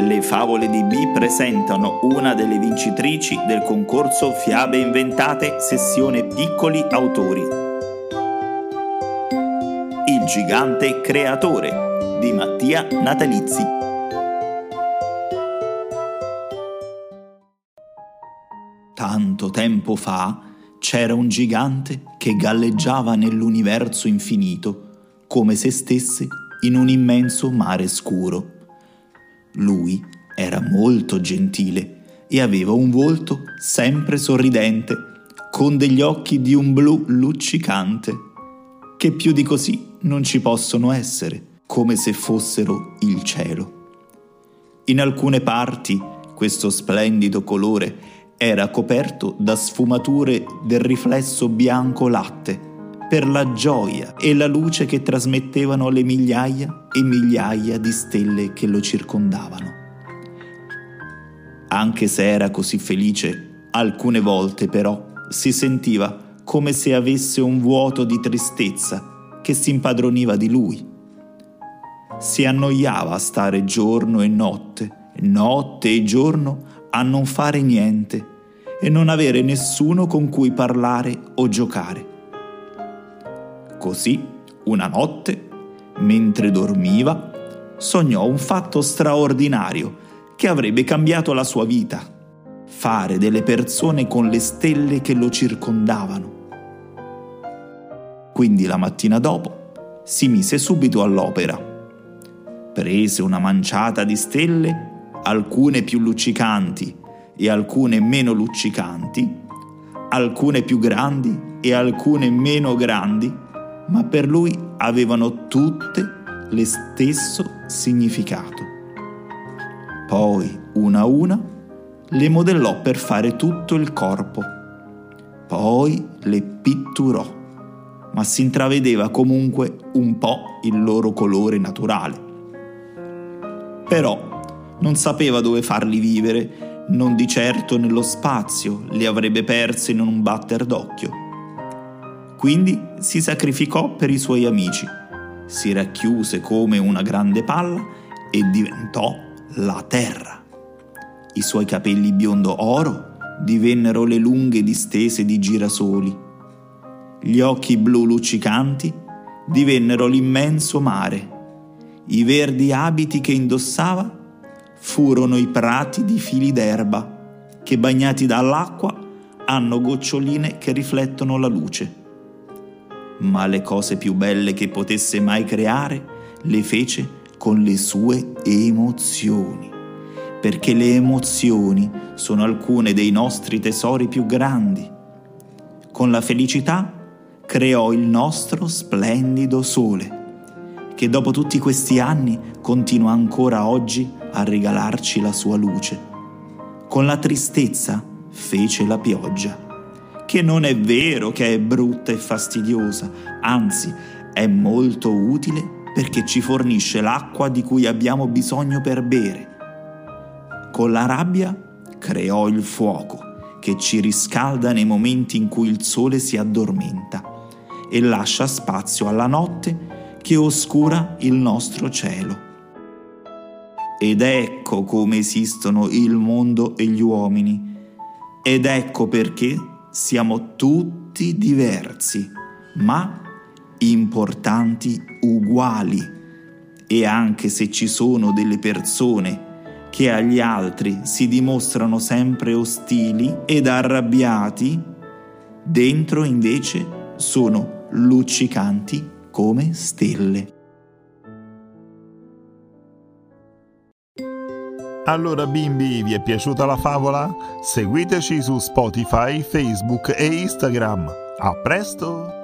Le favole di B presentano una delle vincitrici del concorso Fiabe Inventate sessione Piccoli Autori. Il gigante creatore di Mattia Natalizzi. Tanto tempo fa c'era un gigante che galleggiava nell'universo infinito come se stesse in un immenso mare scuro. Lui era molto gentile e aveva un volto sempre sorridente, con degli occhi di un blu luccicante, che più di così non ci possono essere, come se fossero il cielo. In alcune parti questo splendido colore era coperto da sfumature del riflesso bianco latte, per la gioia e la luce che trasmettevano le migliaia e migliaia di stelle che lo circondavano. Anche se era così felice, alcune volte però si sentiva come se avesse un vuoto di tristezza che si impadroniva di lui. Si annoiava a stare giorno e notte e giorno a non fare niente e non avere nessuno con cui parlare o giocare. Così, una notte, mentre dormiva, sognò un fatto straordinario che avrebbe cambiato la sua vita: fare delle persone con le stelle che lo circondavano. Quindi la mattina dopo si mise subito all'opera. Prese una manciata di stelle, alcune più luccicanti e alcune meno luccicanti, alcune più grandi e alcune meno grandi, ma per lui avevano tutte lo stesso significato. Poi, una a una, le modellò per fare tutto il corpo. Poi le pitturò, ma si intravedeva comunque un po' il loro colore naturale. Però non sapeva dove farli vivere, non di certo nello spazio, li avrebbe persi in un batter d'occhio. Quindi si sacrificò per i suoi amici, si racchiuse come una grande palla e diventò la terra. I suoi capelli biondo oro divennero le lunghe distese di girasoli. Gli occhi blu luccicanti divennero l'immenso mare. I verdi abiti che indossava furono i prati di fili d'erba che, bagnati dall'acqua, hanno goccioline che riflettono la luce. Ma le cose più belle che potesse mai creare le fece con le sue emozioni, perché le emozioni sono alcune dei nostri tesori più grandi. Con la felicità creò il nostro splendido sole, che dopo tutti questi anni continua ancora oggi a regalarci la sua luce. Con la tristezza fece la pioggia, che non è vero che è brutta e fastidiosa, anzi è molto utile perché ci fornisce l'acqua di cui abbiamo bisogno per bere. Con la rabbia creò il fuoco, che ci riscalda nei momenti in cui il sole si addormenta e lascia spazio alla notte che oscura il nostro cielo. Ed ecco come esistono il mondo e gli uomini, ed ecco perché siamo tutti diversi, ma importanti uguali. E anche se ci sono delle persone che agli altri si dimostrano sempre ostili ed arrabbiati, dentro invece sono luccicanti come stelle. Allora bimbi, vi è piaciuta la favola? Seguiteci su Spotify, Facebook e Instagram. A presto!